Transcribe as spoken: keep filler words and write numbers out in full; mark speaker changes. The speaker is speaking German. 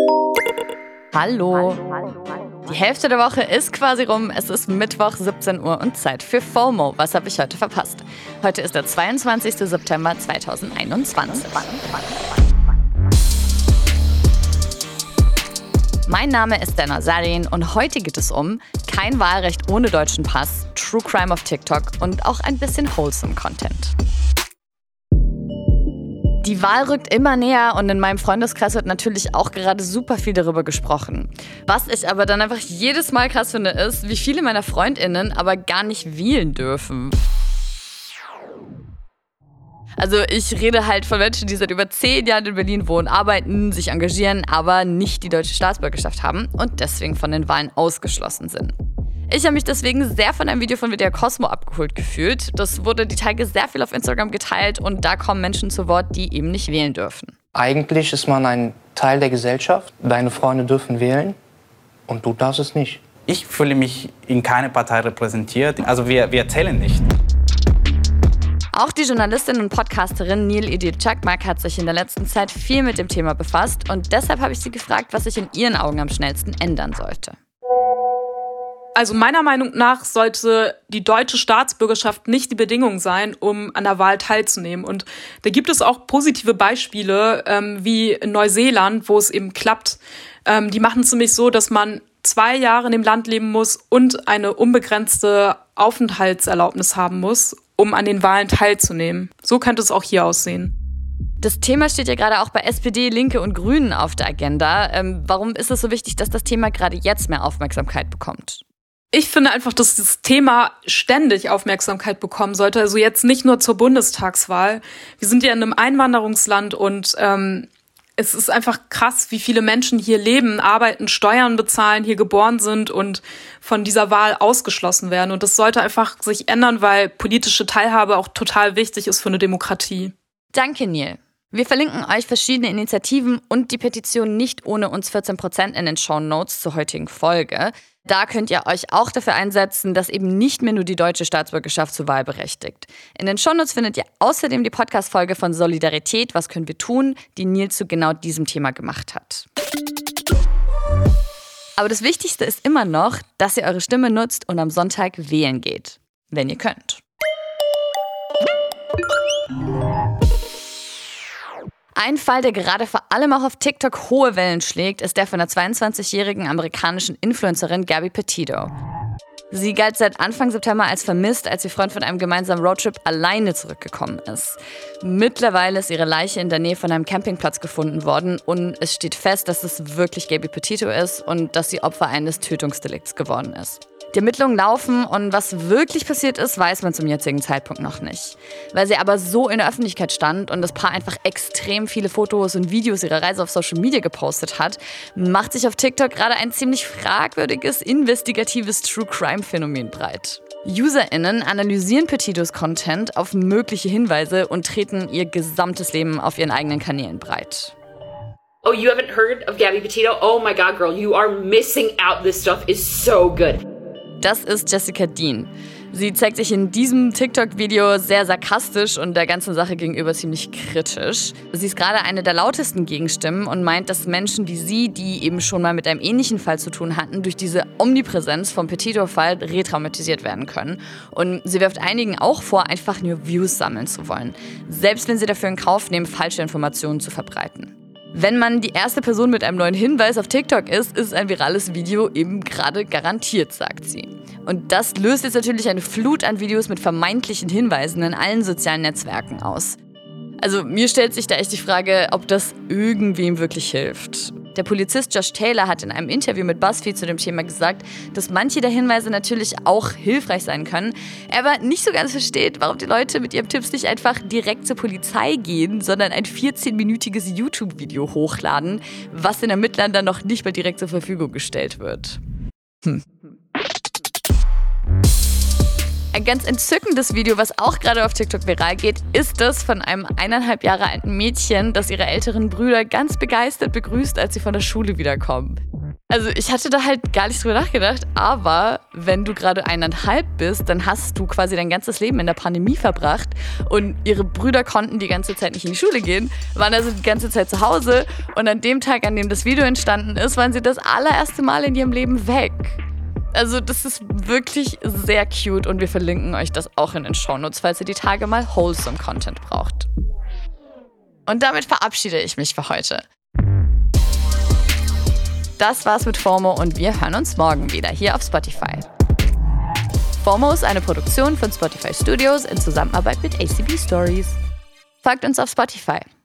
Speaker 1: Hallo. Die Hälfte der Woche ist quasi rum. Es ist Mittwoch, siebzehn Uhr und Zeit für FOMO. Was habe ich heute verpasst? Heute ist der zweiundzwanzigster September zweitausendeinundzwanzig. Mein Name ist Dana Sarin und heute geht es um kein Wahlrecht ohne deutschen Pass, True Crime auf TikTok und auch ein bisschen wholesome Content. Die Wahl rückt immer näher und in meinem Freundeskreis wird natürlich auch gerade super viel darüber gesprochen. Was ich aber dann einfach jedes Mal krass finde, ist, wie viele meiner FreundInnen aber gar nicht wählen dürfen. Also ich rede halt von Menschen, die seit über zehn Jahren in Berlin wohnen, arbeiten, sich engagieren, aber nicht die deutsche Staatsbürgerschaft haben und deswegen von den Wahlen ausgeschlossen sind. Ich habe mich deswegen sehr von einem Video von W D R Cosmo abgeholt gefühlt. Das wurde die Tage sehr viel auf Instagram geteilt und da kommen Menschen zu Wort, die eben nicht wählen dürfen.
Speaker 2: Eigentlich ist man ein Teil der Gesellschaft. Deine Freunde dürfen wählen und du darfst es nicht.
Speaker 3: Ich fühle mich in keiner Partei repräsentiert. Also wir, wir zählen nicht.
Speaker 1: Auch die Journalistin und Podcasterin Nil Edith Çakmak hat sich in der letzten Zeit viel mit dem Thema befasst und deshalb habe ich sie gefragt, was sich in ihren Augen am schnellsten ändern sollte.
Speaker 4: Also meiner Meinung nach sollte die deutsche Staatsbürgerschaft nicht die Bedingung sein, um an der Wahl teilzunehmen. Und da gibt es auch positive Beispiele, ähm, wie in Neuseeland, wo es eben klappt. Ähm, die machen es nämlich so, dass man zwei Jahre in dem Land leben muss und eine unbegrenzte Aufenthaltserlaubnis haben muss, um an den Wahlen teilzunehmen. So könnte es auch hier aussehen.
Speaker 1: Das Thema steht ja gerade auch bei S P D, Linke und Grünen auf der Agenda. Ähm, warum ist es so wichtig, dass das Thema gerade jetzt mehr Aufmerksamkeit bekommt?
Speaker 4: Ich finde einfach, dass das Thema ständig Aufmerksamkeit bekommen sollte. Also jetzt nicht nur zur Bundestagswahl. Wir sind ja in einem Einwanderungsland und ähm, es ist einfach krass, wie viele Menschen hier leben, arbeiten, Steuern bezahlen, hier geboren sind und von dieser Wahl ausgeschlossen werden. Und das sollte einfach sich ändern, weil politische Teilhabe auch total wichtig ist für eine Demokratie.
Speaker 1: Danke, Nil. Wir verlinken euch verschiedene Initiativen und die Petition Nicht ohne uns vierzehn Prozent in den Shownotes zur heutigen Folge. Da könnt ihr euch auch dafür einsetzen, dass eben nicht mehr nur die deutsche Staatsbürgerschaft zur Wahl berechtigt. In den Shownotes findet ihr außerdem die Podcast-Folge von Solidarität, was können wir tun, die Nil zu genau diesem Thema gemacht hat. Aber das Wichtigste ist immer noch, dass ihr eure Stimme nutzt und am Sonntag wählen geht. Wenn ihr könnt. Ein Fall, der gerade vor allem auch auf TikTok hohe Wellen schlägt, ist der von der zweiundzwanzigjährigen amerikanischen Influencerin Gabby Petito. Sie galt seit Anfang September als vermisst, als ihr Freund von einem gemeinsamen Roadtrip alleine zurückgekommen ist. Mittlerweile ist ihre Leiche in der Nähe von einem Campingplatz gefunden worden und es steht fest, dass es wirklich Gabby Petito ist und dass sie Opfer eines Tötungsdelikts geworden ist. Die Ermittlungen laufen und was wirklich passiert ist, weiß man zum jetzigen Zeitpunkt noch nicht. Weil sie aber so in der Öffentlichkeit stand und das Paar einfach extrem viele Fotos und Videos ihrer Reise auf Social Media gepostet hat, macht sich auf TikTok gerade ein ziemlich fragwürdiges, investigatives True-Crime-Phänomen breit. UserInnen analysieren Petitos Content auf mögliche Hinweise und treten ihr gesamtes Leben auf ihren eigenen Kanälen breit.
Speaker 5: Oh, you haven't heard of Gabby Petito? Oh my God, girl, you are missing out. This stuff is so good.
Speaker 1: Das ist Jessica Dean. Sie zeigt sich in diesem TikTok-Video sehr sarkastisch und der ganzen Sache gegenüber ziemlich kritisch. Sie ist gerade eine der lautesten Gegenstimmen und meint, dass Menschen wie sie, die eben schon mal mit einem ähnlichen Fall zu tun hatten, durch diese Omnipräsenz vom Petito-Fall retraumatisiert werden können. Und sie wirft einigen auch vor, einfach nur Views sammeln zu wollen, selbst wenn sie dafür in Kauf nehmen, falsche Informationen zu verbreiten. Wenn man die erste Person mit einem neuen Hinweis auf TikTok ist, ist ein virales Video eben gerade garantiert, sagt sie. Und das löst jetzt natürlich eine Flut an Videos mit vermeintlichen Hinweisen in allen sozialen Netzwerken aus. Also mir stellt sich da echt die Frage, ob das irgendwem wirklich hilft. Der Polizist Josh Taylor hat in einem Interview mit BuzzFeed zu dem Thema gesagt, dass manche der Hinweise natürlich auch hilfreich sein können, er aber nicht so ganz versteht, warum die Leute mit ihren Tipps nicht einfach direkt zur Polizei gehen, sondern ein vierzehnminütiges YouTube-Video hochladen, was den Ermittlern dann noch nicht mal direkt zur Verfügung gestellt wird. Hm. Ein ganz entzückendes Video, was auch gerade auf TikTok viral geht, ist das von einem eineinhalb Jahre alten Mädchen, das ihre älteren Brüder ganz begeistert begrüßt, als sie von der Schule wiederkommen. Also ich hatte da halt gar nicht drüber nachgedacht, aber wenn du gerade eineinhalb bist, dann hast du quasi dein ganzes Leben in der Pandemie verbracht und ihre Brüder konnten die ganze Zeit nicht in die Schule gehen, waren also die ganze Zeit zu Hause und an dem Tag, an dem das Video entstanden ist, waren sie das allererste Mal in ihrem Leben weg. Also das ist wirklich sehr cute und wir verlinken euch das auch in den Shownotes, falls ihr die Tage mal wholesome Content braucht. Und damit verabschiede ich mich für heute. Das war's mit FOMO und wir hören uns morgen wieder hier auf Spotify. FOMO ist eine Produktion von Spotify Studios in Zusammenarbeit mit A C B Stories. Folgt uns auf Spotify.